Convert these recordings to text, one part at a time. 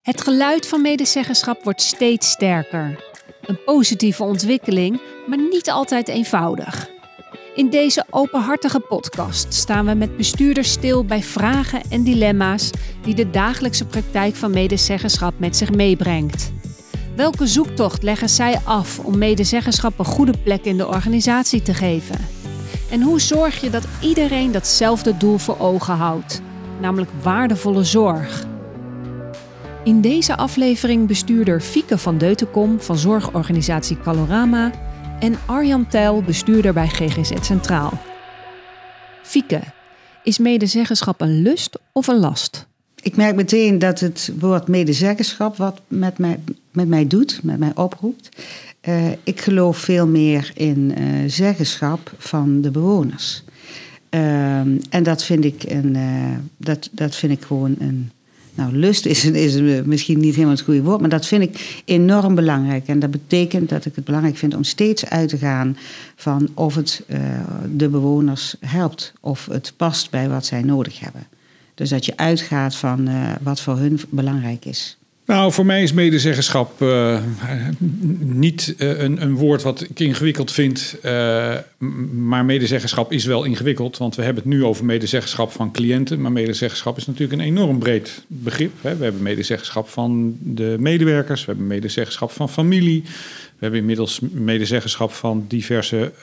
Het geluid van medezeggenschap wordt steeds sterker. Een positieve ontwikkeling, maar niet altijd eenvoudig. In deze openhartige podcast staan we met bestuurders stil bij vragen en dilemma's die de dagelijkse praktijk van medezeggenschap met zich meebrengt. Welke zoektocht leggen zij af om medezeggenschap een goede plek in de organisatie te geven? En hoe zorg je dat iedereen datzelfde doel voor ogen houdt, namelijk waardevolle zorg? In deze aflevering bestuurder Fieke van Deutenkom van zorgorganisatie Calorama en Arjan Tijl, bestuurder bij GGZ Centraal. Fieke, is medezeggenschap een lust of een last? Ik merk meteen dat het woord medezeggenschap wat met mij doet, met mij oproept. Ik geloof veel meer in zeggenschap van de bewoners. En dat vind ik dat vind ik gewoon een... Nou, lust is misschien niet helemaal het goede woord, maar dat vind ik enorm belangrijk. En dat betekent dat ik het belangrijk vind om steeds uit te gaan van of het de bewoners helpt, of het past bij wat zij nodig hebben. Dus dat je uitgaat van wat voor hun belangrijk is. Nou, voor mij is medezeggenschap niet een woord wat ik ingewikkeld vind. Maar medezeggenschap is wel ingewikkeld. Want we hebben het nu over medezeggenschap van cliënten. Maar medezeggenschap is natuurlijk een enorm breed begrip. We hebben medezeggenschap van de medewerkers. We hebben medezeggenschap van familie. We hebben inmiddels medezeggenschap van diverse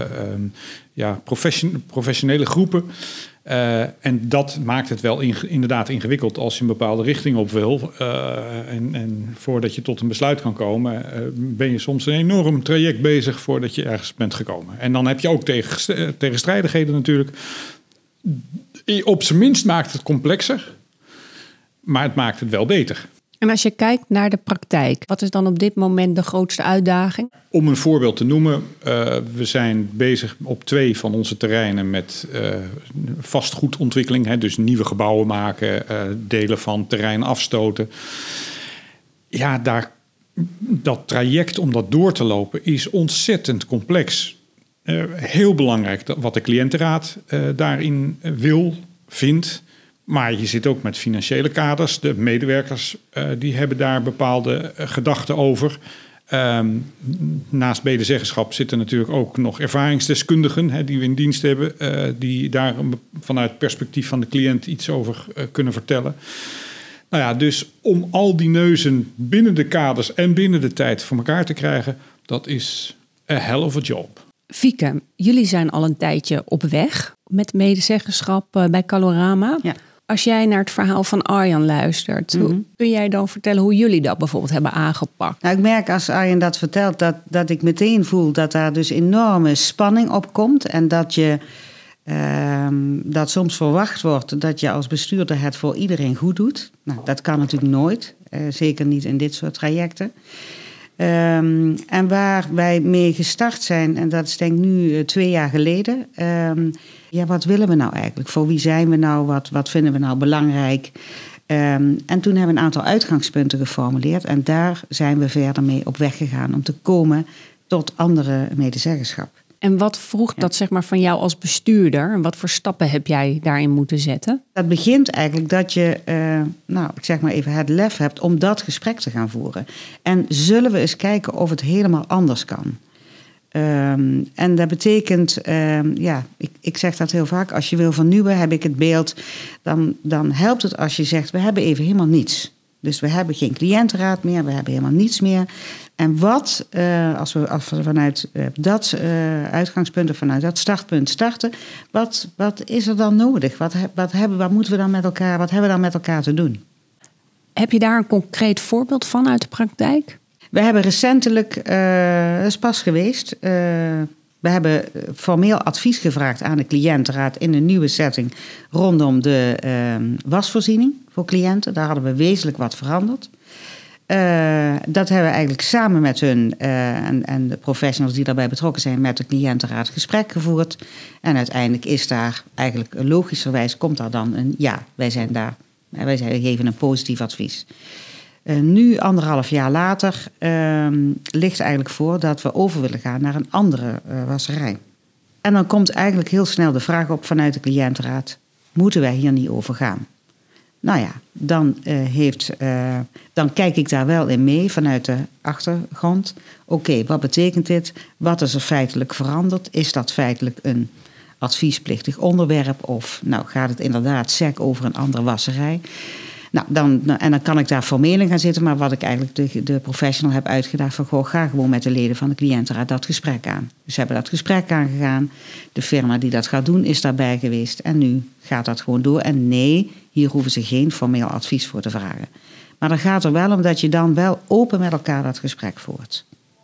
professionele groepen. En dat maakt het wel inderdaad ingewikkeld als je een bepaalde richting op wil. En voordat je tot een besluit kan komen, ben je soms een enorm traject bezig voordat je ergens bent gekomen. En dan heb je ook tegenstrijdigheden natuurlijk. Op zijn minst maakt het complexer, maar het maakt het wel beter. En als je kijkt naar de praktijk, wat is dan op dit moment de grootste uitdaging? Om een voorbeeld te noemen, we zijn bezig op 2 van onze terreinen met vastgoedontwikkeling. Dus nieuwe gebouwen maken, delen van terrein afstoten. Ja, dat traject om dat door te lopen is ontzettend complex. Heel belangrijk wat de cliëntenraad daarin vindt. Maar je zit ook met financiële kaders. De medewerkers die hebben daar bepaalde gedachten over. Naast medezeggenschap zitten natuurlijk ook nog ervaringsdeskundigen die we in dienst hebben. Die daar vanuit het perspectief van de cliënt iets over kunnen vertellen. Nou ja, dus om al die neuzen binnen de kaders en binnen de tijd voor elkaar te krijgen, dat is a hell of a job. Fieke, jullie zijn al een tijdje op weg met medezeggenschap bij Calorama. Ja. Als jij naar het verhaal van Arjan luistert, kun jij dan vertellen hoe jullie dat bijvoorbeeld hebben aangepakt? Nou, ik merk als Arjan dat vertelt dat ik meteen voel dat daar dus enorme spanning op komt. En dat soms verwacht wordt dat je als bestuurder het voor iedereen goed doet. Nou, dat kan natuurlijk nooit, zeker niet in dit soort trajecten. En waar wij mee gestart zijn, en dat is denk ik nu 2 jaar geleden. Wat willen we nou eigenlijk? Voor wie zijn we nou? Wat vinden we nou belangrijk? En toen hebben we een aantal uitgangspunten geformuleerd. En daar zijn we verder mee op weg gegaan om te komen tot andere medezeggenschap. En wat vroeg dat zeg maar van jou als bestuurder? En wat voor stappen heb jij daarin moeten zetten? Dat begint eigenlijk dat je, ik zeg maar even, het lef hebt om dat gesprek te gaan voeren. En zullen we eens kijken of het helemaal anders kan? En dat betekent, ik zeg dat heel vaak, als je wil vernieuwen, heb ik het beeld, dan helpt het als je zegt, we hebben even helemaal niets. Dus we hebben geen cliëntenraad meer, we hebben helemaal niets meer. En wat, als we vanuit dat uitgangspunt of vanuit dat startpunt starten, wat is er dan nodig? Wat moeten we dan met elkaar, wat hebben we dan met elkaar te doen? Heb je daar een concreet voorbeeld van uit de praktijk? We hebben recentelijk, dat is pas geweest, we hebben formeel advies gevraagd aan de cliëntenraad in een nieuwe setting rondom de wasvoorziening voor cliënten. Daar hadden we wezenlijk wat veranderd. Dat hebben we eigenlijk samen met hun en de professionals die daarbij betrokken zijn met de cliëntenraad gesprek gevoerd. En uiteindelijk is daar eigenlijk logischerwijs komt daar dan een ja, wij geven een positief advies. Nu, 1,5 jaar later, ligt eigenlijk voor dat we over willen gaan naar een andere wasserij. En dan komt eigenlijk heel snel de vraag op vanuit de cliëntenraad, moeten wij hier niet over gaan? Nou ja, dan kijk ik daar wel in mee vanuit de achtergrond. Oké, wat betekent dit? Wat is er feitelijk veranderd? Is dat feitelijk een adviesplichtig onderwerp? Of gaat het inderdaad sec over een andere wasserij? Dan kan ik daar formeel in gaan zitten. Maar wat ik eigenlijk de professional heb uitgedaagd van... ga gewoon met de leden van de cliëntenraad dat gesprek aan. Dus ze hebben dat gesprek aangegaan. De firma die dat gaat doen is daarbij geweest. En nu gaat dat gewoon door. En nee, hier hoeven ze geen formeel advies voor te vragen. Maar dan gaat er wel om dat je dan wel open met elkaar dat gesprek voert.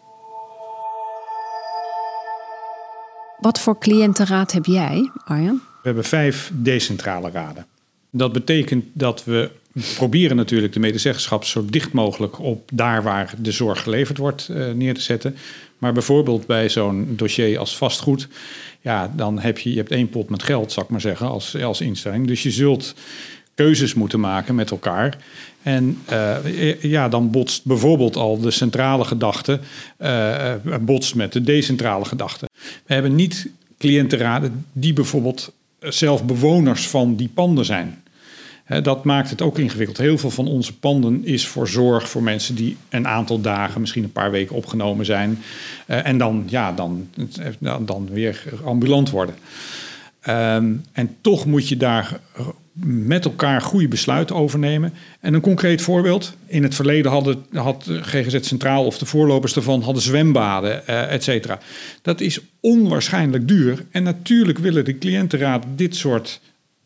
Wat voor cliëntenraad heb jij, Arjan? We hebben 5 decentrale raden. Dat betekent dat we proberen natuurlijk de medezeggenschap zo dicht mogelijk op daar waar de zorg geleverd wordt neer te zetten. Maar bijvoorbeeld bij zo'n dossier als vastgoed, dan heb je hebt 1 pot met geld, zal ik maar zeggen, als instelling. Dus je zult keuzes moeten maken met elkaar. En dan botst bijvoorbeeld al de centrale gedachte botst met de decentrale gedachte. We hebben niet cliëntenraden die bijvoorbeeld zelf bewoners van die panden zijn. Dat maakt het ook ingewikkeld. Heel veel van onze panden is voor zorg voor mensen die een aantal dagen, misschien een paar weken opgenomen zijn. En dan weer ambulant worden. En toch moet je daar met elkaar goede besluiten over nemen. En een concreet voorbeeld. In het verleden had GGZ Centraal of de voorlopers daarvan hadden zwembaden, et cetera. Dat is onwaarschijnlijk duur. En natuurlijk willen de cliëntenraad dit soort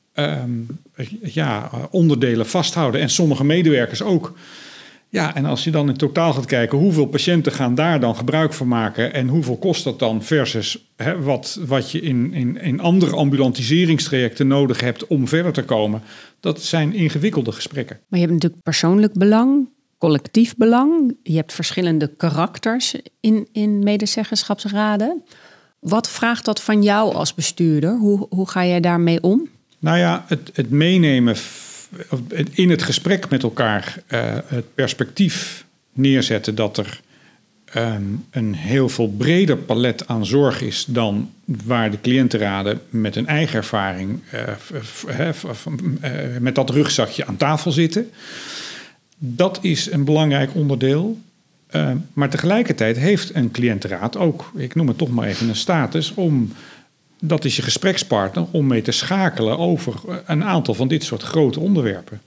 onderdelen vasthouden. En sommige medewerkers ook. Ja, en als je dan in totaal gaat kijken, hoeveel patiënten gaan daar dan gebruik van maken en hoeveel kost dat dan versus wat je in andere ambulantiseringstrajecten nodig hebt om verder te komen. Dat zijn ingewikkelde gesprekken. Maar je hebt natuurlijk persoonlijk belang, collectief belang. Je hebt verschillende karakters in medezeggenschapsraden. Wat vraagt dat van jou als bestuurder? Hoe ga jij daarmee om? Nou ja, het meenemen in het gesprek met elkaar het perspectief neerzetten dat er een heel veel breder palet aan zorg is dan waar de cliëntenraden met hun eigen ervaring met dat rugzakje aan tafel zitten. Dat is een belangrijk onderdeel. Maar tegelijkertijd heeft een cliëntenraad ook, ik noem het toch maar even een status, dat is je gesprekspartner om mee te schakelen over een aantal van dit soort grote onderwerpen.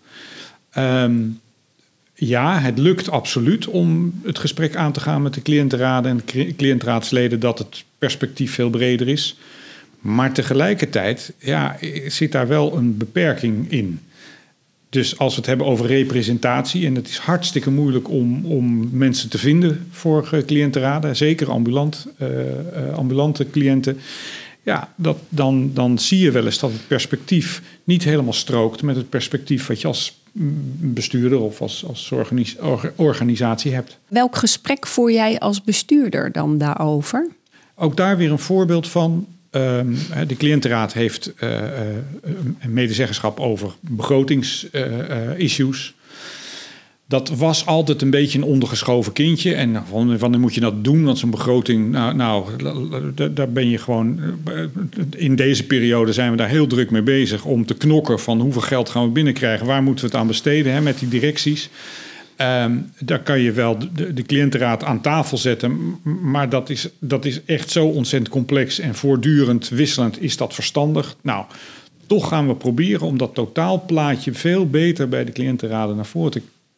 Het lukt absoluut om het gesprek aan te gaan met de cliëntenraden en de cliëntenraadsleden dat het perspectief veel breder is. Maar tegelijkertijd zit daar wel een beperking in. Dus als we het hebben over representatie, en het is hartstikke moeilijk om mensen te vinden voor cliëntenraden, zeker ambulante cliënten. Ja, dan zie je wel eens dat het perspectief niet helemaal strookt met het perspectief wat je als bestuurder of als organisatie hebt. Welk gesprek voer jij als bestuurder dan daarover? Ook daar weer een voorbeeld van. De cliëntenraad heeft een medezeggenschap over begrotingsissues. Dat was altijd een beetje een ondergeschoven kindje. En wanneer moet je dat doen? Want zo'n begroting, daar ben je gewoon. In deze periode zijn we daar heel druk mee bezig om te knokken van hoeveel geld gaan we binnenkrijgen, waar moeten we het aan besteden met die directies. Daar kan je wel de cliëntenraad aan tafel zetten, maar dat is echt zo ontzettend complex en voortdurend wisselend. Is dat verstandig? Nou, toch gaan we proberen om dat totaalplaatje veel beter bij de cliëntenraden naar voren te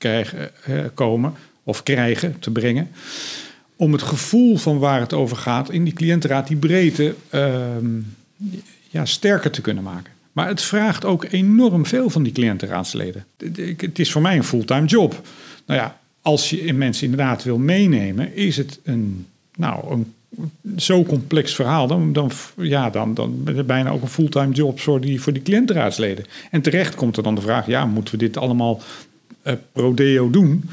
krijgen, te brengen. Om het gevoel van waar het over gaat in die cliëntenraad, die breedte, sterker te kunnen maken. Maar het vraagt ook enorm veel van die cliëntenraadsleden. Het is voor mij een fulltime job. Nou ja, als je mensen inderdaad wil meenemen, is het een zo complex verhaal. Dan bijna ook een fulltime job voor die cliëntenraadsleden. En terecht komt er dan de vraag, moeten we dit allemaal pro deo doen?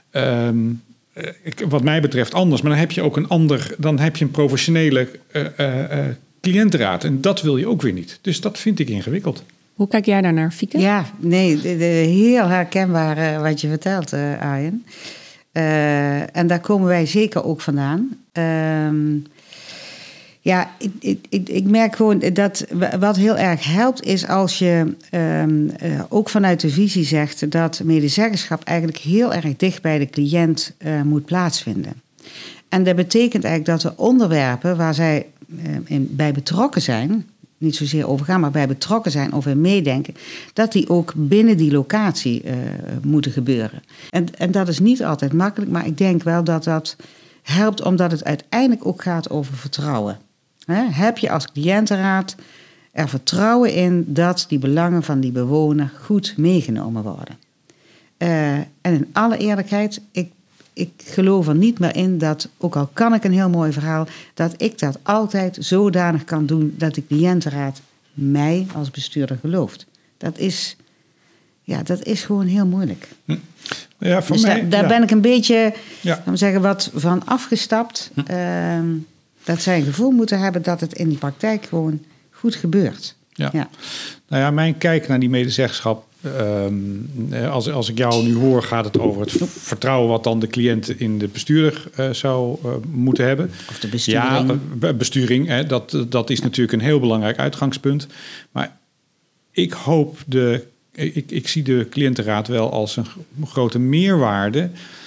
Wat mij betreft anders. Maar dan heb je ook een professionele cliëntenraad. En dat wil je ook weer niet. Dus dat vind ik ingewikkeld. Hoe kijk jij daarnaar, Fieke? Ja, heel herkenbaar wat je vertelt, Arjen. En daar komen wij zeker ook vandaan. Ja, ik merk gewoon dat wat heel erg helpt is als je ook vanuit de visie zegt dat medezeggenschap eigenlijk heel erg dicht bij de cliënt moet plaatsvinden. En dat betekent eigenlijk dat de onderwerpen waar zij bij betrokken zijn, niet zozeer overgaan, maar bij betrokken zijn of in meedenken, dat die ook binnen die locatie moeten gebeuren. En dat is niet altijd makkelijk, maar ik denk wel dat dat helpt omdat het uiteindelijk ook gaat over vertrouwen. Heb je als cliëntenraad er vertrouwen in dat die belangen van die bewoner goed meegenomen worden? En in alle eerlijkheid, ik geloof er niet meer in dat, ook al kan ik een heel mooi verhaal, dat ik dat altijd zodanig kan doen dat de cliëntenraad mij als bestuurder gelooft. Dat is gewoon heel moeilijk. Ja, voor dus mij, daar ben ik een beetje, Ja. wat van afgestapt. Dat zij een gevoel moeten hebben dat het in die praktijk gewoon goed gebeurt. Ja. Ja. Nou ja, mijn kijk naar die medezeggenschap. Als ik jou nu hoor, gaat het over het vertrouwen wat dan de cliënt in de bestuurder zou moeten hebben. Of de besturing. Ja, besturing, hè, dat is natuurlijk een heel belangrijk uitgangspunt. Maar ik hoop ik zie de cliëntenraad wel als een grote meerwaarde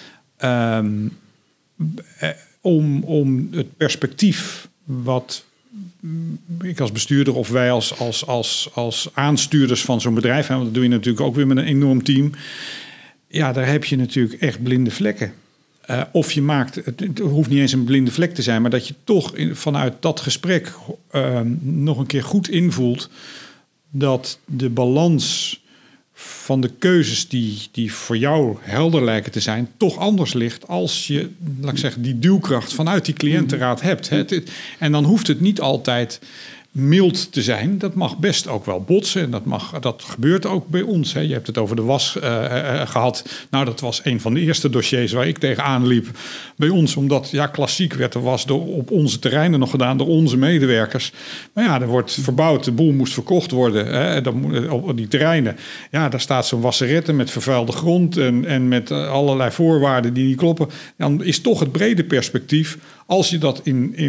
om het perspectief wat ik als bestuurder of wij als aanstuurders van zo'n bedrijf, want dat doe je natuurlijk ook weer met een enorm team. Ja, daar heb je natuurlijk echt blinde vlekken. Of je maakt, het hoeft niet eens een blinde vlek te zijn, maar dat je toch vanuit dat gesprek nog een keer goed invoelt dat de balans van de keuzes die voor jou helder lijken te zijn, toch anders ligt als je, laat ik zeggen, die duwkracht vanuit die cliëntenraad hebt. En dan hoeft het niet altijd mild te zijn. Dat mag best ook wel botsen. En dat gebeurt ook bij ons. Je hebt het over de was gehad. Nou, dat was een van de eerste dossiers waar ik tegenaan liep bij ons. Omdat, klassiek werd de was op onze terreinen nog gedaan door onze medewerkers. Maar ja, er wordt verbouwd. De boel moest verkocht worden. Op die terreinen. Ja, daar staat zo'n wasserette met vervuilde grond en met allerlei voorwaarden die niet kloppen. Dan is toch het brede perspectief, als je dat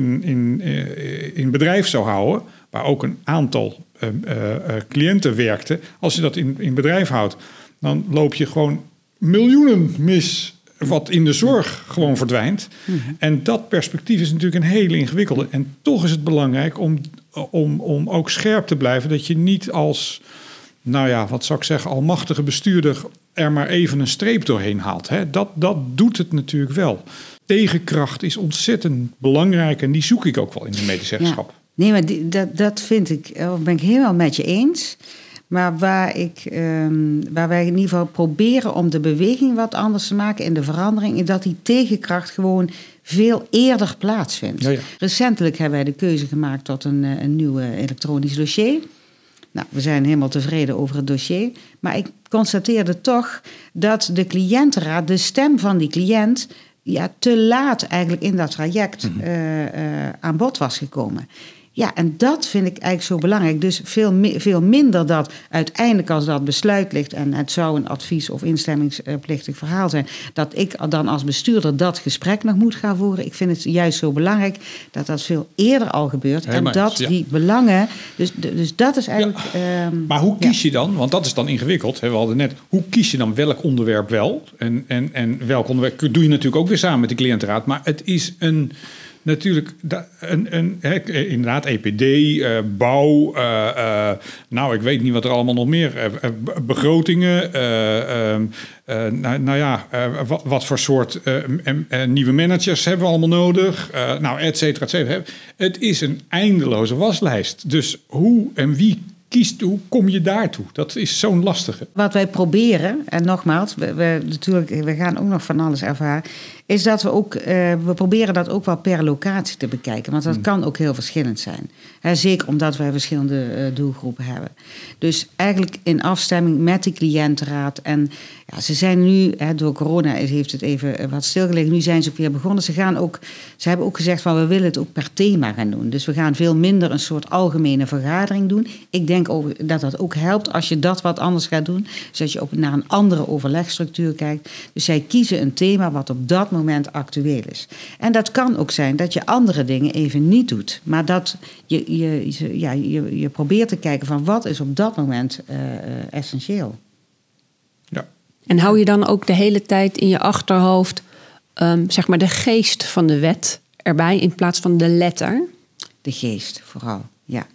in bedrijf zou houden, waar ook een aantal cliënten werkten, als je dat in bedrijf houdt, dan loop je gewoon miljoenen mis wat in de zorg gewoon verdwijnt. Mm-hmm. En dat perspectief is natuurlijk een hele ingewikkelde. En toch is het belangrijk om ook scherp te blijven, dat je niet als, wat zou ik zeggen, almachtige bestuurder er maar even een streep doorheen haalt. Dat doet het natuurlijk wel. Tegenkracht is ontzettend belangrijk en die zoek ik ook wel in de medezeggenschap. Ja. Nee, maar dat vind ik, ben ik helemaal met je eens. Maar waar wij in ieder geval proberen om de beweging wat anders te maken in de verandering, is dat die tegenkracht gewoon veel eerder plaatsvindt. Ja. Recentelijk hebben wij de keuze gemaakt tot een nieuw elektronisch dossier. Nou, we zijn helemaal tevreden over het dossier. Maar ik constateerde toch dat de cliëntenraad, de stem van die cliënt, te laat eigenlijk in dat traject aan bod was gekomen. Ja, en dat vind ik eigenlijk zo belangrijk. Dus veel minder dat uiteindelijk als dat besluit ligt, en het zou een advies- of instemmingsplichtig verhaal zijn, dat ik dan als bestuurder dat gesprek nog moet gaan voeren. Ik vind het juist zo belangrijk dat dat veel eerder al gebeurt. En dat die belangen, dus dat is eigenlijk. Ja. Maar hoe kies je dan? Want dat is dan ingewikkeld. We hadden net, hoe kies je dan welk onderwerp wel? En welk onderwerp doe je natuurlijk ook weer samen met de cliëntenraad. Maar het is natuurlijk, inderdaad, EPD, bouw, ik weet niet wat er allemaal nog meer, begrotingen, wat voor soort nieuwe managers hebben we allemaal nodig, et cetera, et cetera. Het is een eindeloze waslijst. Dus hoe en wie kiest, hoe kom je daartoe? Dat is zo'n lastige. Wat wij proberen, en nogmaals, we gaan ook nog van alles ervaren, is dat we proberen dat ook wel per locatie te bekijken. Want dat kan ook heel verschillend zijn. Zeker omdat wij verschillende doelgroepen hebben. Dus eigenlijk in afstemming met die cliëntenraad. En ze zijn nu, door corona heeft het even wat stilgelegen. Nu zijn ze ook weer begonnen. Ze hebben ook gezegd van we willen het ook per thema gaan doen. Dus we gaan veel minder een soort algemene vergadering doen. Ik denk ook dat ook helpt als je dat wat anders gaat doen. Dus dat je ook naar een andere overlegstructuur kijkt. Dus zij kiezen een thema wat op dat moment actueel is. En dat kan ook zijn dat je andere dingen even niet doet. Maar dat je probeert te kijken van wat is op dat moment essentieel. Ja. En hou je dan ook de hele tijd in je achterhoofd zeg maar de geest van de wet erbij in plaats van de letter? De geest vooral, ja.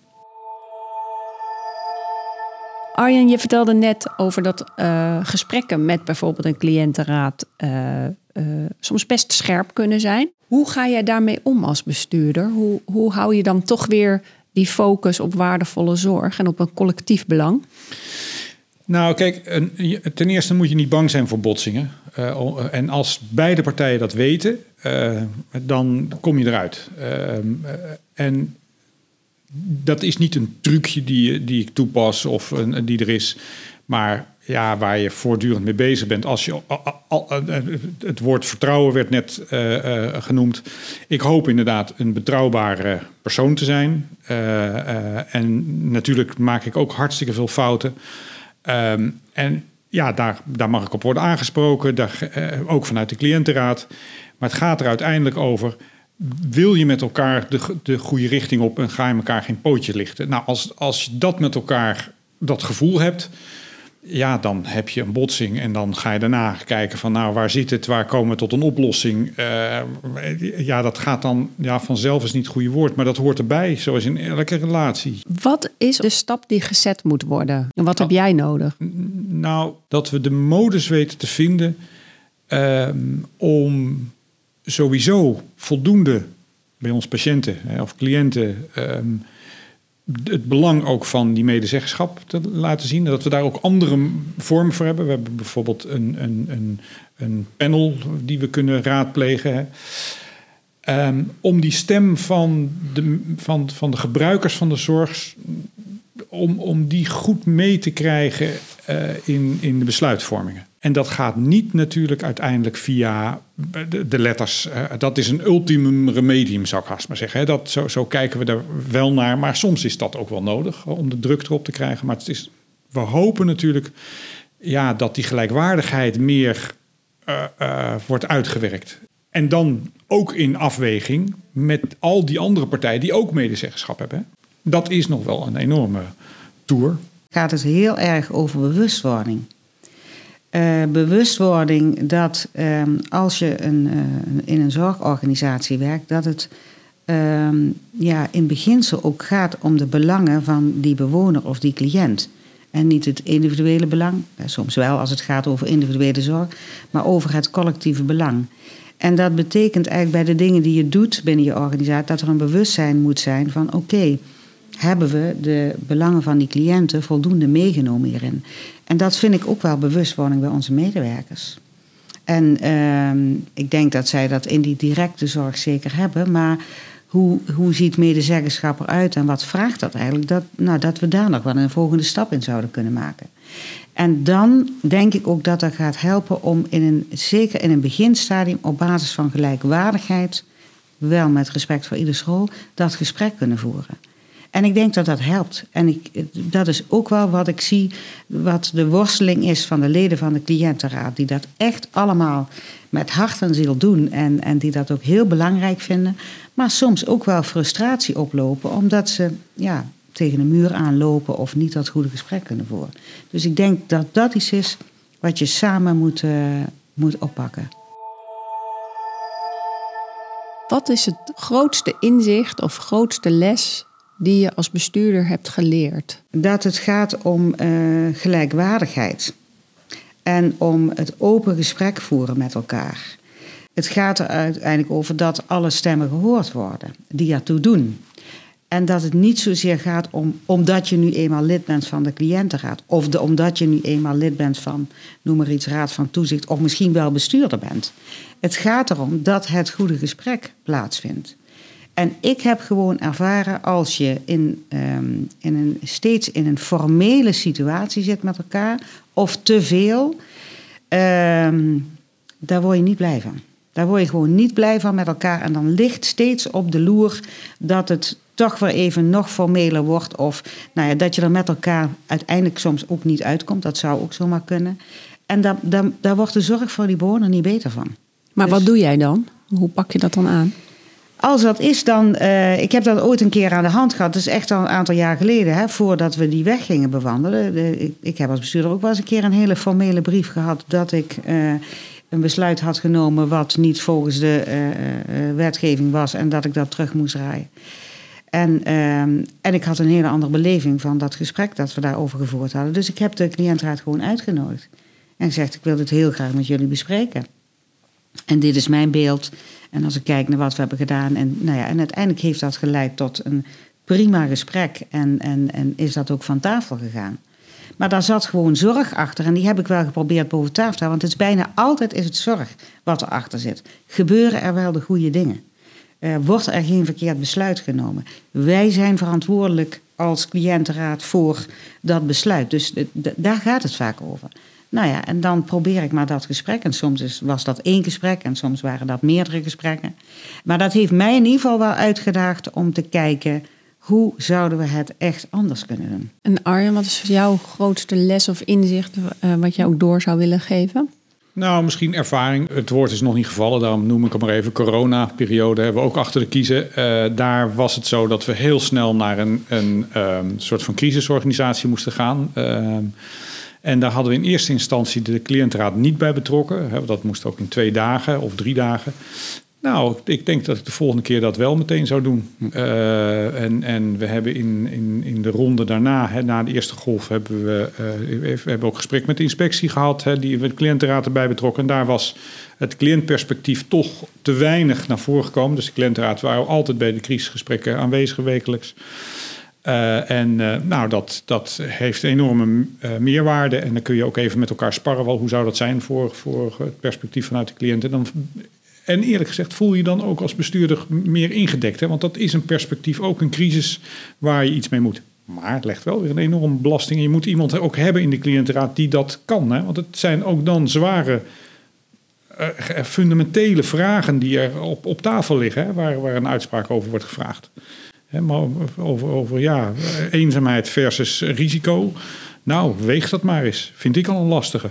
Arjen, je vertelde net over dat gesprekken met bijvoorbeeld een cliëntenraad soms best scherp kunnen zijn. Hoe ga jij daarmee om als bestuurder? Hoe hou je dan toch weer die focus op waardevolle zorg en op een collectief belang? Nou, kijk, ten eerste moet je niet bang zijn voor botsingen. En als beide partijen dat weten, dan kom je eruit. En dat is niet een trucje die ik toepas of die er is. Maar ja, waar je voortdurend mee bezig bent. Als je het woord vertrouwen werd net genoemd. Ik hoop inderdaad een betrouwbare persoon te zijn. En natuurlijk maak ik ook hartstikke veel fouten. En ja, daar mag ik op worden aangesproken. Ook vanuit de cliëntenraad. Maar het gaat er uiteindelijk over: wil je met elkaar de goede richting op en ga je elkaar geen pootje lichten? Nou, als je dat met elkaar dat gevoel hebt, ja, dan heb je een botsing. En dan ga je daarna kijken van, nou, waar zit het? Waar komen we tot een oplossing? Ja, dat gaat dan, ja, vanzelf is niet het goede woord, maar dat hoort erbij, zoals in elke relatie. Wat is de stap die gezet moet worden? En wat heb jij nodig? Nou, dat we de modus weten te vinden om sowieso voldoende bij ons patiënten of cliënten het belang ook van die medezeggenschap te laten zien. Dat we daar ook andere vormen voor hebben. We hebben bijvoorbeeld een panel die we kunnen raadplegen. Om die stem van de gebruikers van de zorg, om die goed mee te krijgen in de besluitvormingen. En dat gaat niet natuurlijk uiteindelijk via de letters. Dat is een ultimum remedium, zou ik haast maar zeggen. Zo kijken we er wel naar. Maar soms is dat ook wel nodig om de druk erop te krijgen. Maar we hopen natuurlijk dat die gelijkwaardigheid meer wordt uitgewerkt. En dan ook in afweging met al die andere partijen die ook medezeggenschap hebben. Dat is nog wel een enorme tour. Gaat het heel erg over bewustwording. Bewustwording dat als je in een zorgorganisatie werkt, dat het in beginsel ook gaat om de belangen van die bewoner of die cliënt. En niet het individuele belang, soms wel als het gaat over individuele zorg, maar over het collectieve belang. En dat betekent eigenlijk bij de dingen die je doet binnen je organisatie, dat er een bewustzijn moet zijn van oké, hebben we de belangen van die cliënten voldoende meegenomen hierin. En dat vind ik ook wel bewustwording bij onze medewerkers. En ik denk dat zij dat in die directe zorg zeker hebben. Maar hoe ziet medezeggenschap eruit en wat vraagt dat eigenlijk? Dat we daar nog wel een volgende stap in zouden kunnen maken. En dan denk ik ook dat gaat helpen om zeker in een beginstadium op basis van gelijkwaardigheid, wel met respect voor ieders rol, dat gesprek kunnen voeren. En ik denk dat dat helpt. En dat is ook wel wat ik zie, wat de worsteling is van de leden van de cliëntenraad, die dat echt allemaal met hart en ziel doen en die dat ook heel belangrijk vinden, maar soms ook wel frustratie oplopen, omdat ze tegen een muur aanlopen of niet dat goede gesprek kunnen voeren. Dus ik denk dat dat iets is wat je samen moet oppakken. Wat is het grootste inzicht of grootste les die je als bestuurder hebt geleerd? Dat het gaat om gelijkwaardigheid. En om het open gesprek voeren met elkaar. Het gaat er uiteindelijk over dat alle stemmen gehoord worden die ertoe doen. En dat het niet zozeer gaat omdat je nu eenmaal lid bent van de cliëntenraad. Of omdat je nu eenmaal lid bent van, noem maar iets, raad van toezicht. Of misschien wel bestuurder bent. Het gaat erom dat het goede gesprek plaatsvindt. En ik heb gewoon ervaren, als je steeds in een formele situatie zit met elkaar, of te veel, daar word je niet blij van. Daar word je gewoon niet blij van met elkaar. En dan ligt steeds op de loer dat het toch weer even nog formeler wordt. Of dat je er met elkaar uiteindelijk soms ook niet uitkomt. Dat zou ook zomaar kunnen. En daar wordt de zorg voor die bewoner niet beter van. Maar wat doe jij dan? Hoe pak je dat dan aan? Als dat is dan... ik heb dat ooit een keer aan de hand gehad. Dat is echt al een aantal jaar geleden. Hè, voordat we die weg gingen bewandelen. Ik heb als bestuurder ook wel eens een keer een hele formele brief gehad. Dat ik een besluit had genomen wat niet volgens de wetgeving was. En dat ik dat terug moest draaien. En ik had een hele andere beleving van dat gesprek dat we daarover gevoerd hadden. Dus ik heb de cliëntenraad gewoon uitgenodigd. En gezegd, ik wil dit heel graag met jullie bespreken. En dit is mijn beeld. En als ik kijk naar wat we hebben gedaan. En uiteindelijk heeft dat geleid tot een prima gesprek. En is dat ook van tafel gegaan. Maar daar zat gewoon zorg achter. En die heb ik wel geprobeerd boven tafel te houden. Want het is bijna altijd is het zorg wat erachter zit. Gebeuren er wel de goede dingen? Wordt er geen verkeerd besluit genomen? Wij zijn verantwoordelijk als cliëntenraad voor dat besluit. Dus daar gaat het vaak over. Nou ja, en dan probeer ik maar dat gesprek. En soms was dat 1 gesprek en soms waren dat meerdere gesprekken. Maar dat heeft mij in ieder geval wel uitgedaagd om te kijken... hoe zouden we het echt anders kunnen doen? En Arjen, wat is jouw grootste les of inzicht wat je ook door zou willen geven? Nou, misschien ervaring. Het woord is nog niet gevallen, daarom noem ik hem maar even. Corona-periode hebben we ook achter de kiezen. Daar was het zo dat we heel snel naar een soort van crisisorganisatie moesten gaan... En daar hadden we in eerste instantie de cliëntenraad niet bij betrokken. Dat moest ook in 2 dagen of 3 dagen. Nou, ik denk dat ik de volgende keer dat wel meteen zou doen. En we hebben in de ronde daarna, na de eerste golf, hebben we ook gesprek met de inspectie gehad. Die we de cliëntenraad erbij betrokken. En daar was het cliëntperspectief toch te weinig naar voren gekomen. Dus de cliëntenraad waren altijd bij de crisisgesprekken aanwezig wekelijks. Dat heeft een enorme meerwaarde. En dan kun je ook even met elkaar sparren. Hoe zou dat zijn voor het perspectief vanuit de cliënten? En eerlijk gezegd voel je dan ook als bestuurder meer ingedekt. Hè? Want dat is een perspectief, ook een crisis waar je iets mee moet. Maar het legt wel weer een enorme belasting. En je moet iemand ook hebben in de cliëntenraad die dat kan. Hè? Want het zijn ook dan zware, fundamentele vragen die er op tafel liggen. Hè? Waar een uitspraak over wordt gevraagd. Maar over eenzaamheid versus risico. Nou, weeg dat maar eens. Vind ik al een lastige.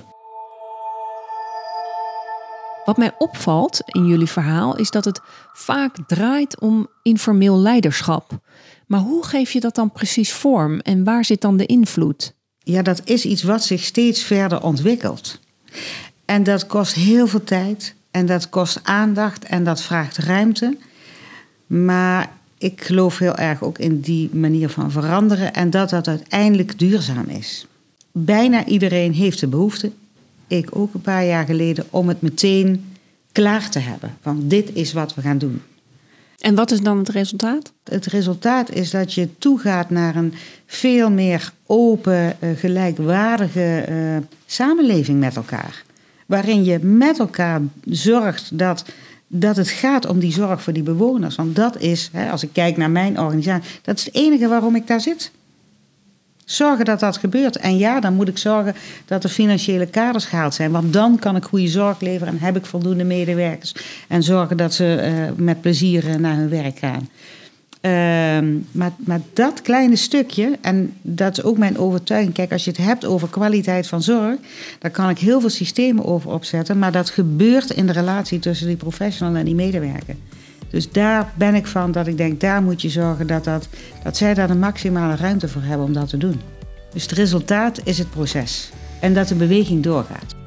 Wat mij opvalt in jullie verhaal is dat het vaak draait om informeel leiderschap. Maar hoe geef je dat dan precies vorm en waar zit dan de invloed? Ja, dat is iets wat zich steeds verder ontwikkelt. En dat kost heel veel tijd en dat kost aandacht en dat vraagt ruimte. Maar ik geloof heel erg ook in die manier van veranderen en dat dat uiteindelijk duurzaam is. Bijna iedereen heeft de behoefte, ik ook een paar jaar geleden, om het meteen klaar te hebben. Van dit is wat we gaan doen. En wat is dan het resultaat? Het resultaat is dat je toegaat naar een veel meer open, gelijkwaardige samenleving met elkaar. Waarin je met elkaar zorgt dat het gaat om die zorg voor die bewoners. Want dat is, als ik kijk naar mijn organisatie, dat is het enige waarom ik daar zit. Zorgen dat dat gebeurt. En ja, dan moet ik zorgen dat de financiële kaders gehaald zijn. Want dan kan ik goede zorg leveren en heb ik voldoende medewerkers. En zorgen dat ze met plezier naar hun werk gaan. Maar dat kleine stukje, en dat is ook mijn overtuiging. Kijk, als je het hebt over kwaliteit van zorg, daar kan ik heel veel systemen over opzetten. Maar dat gebeurt in de relatie tussen die professional en die medewerker. Dus daar ben ik van dat ik denk, daar moet je zorgen dat zij daar de maximale ruimte voor hebben om dat te doen. Dus het resultaat is het proces. En dat de beweging doorgaat.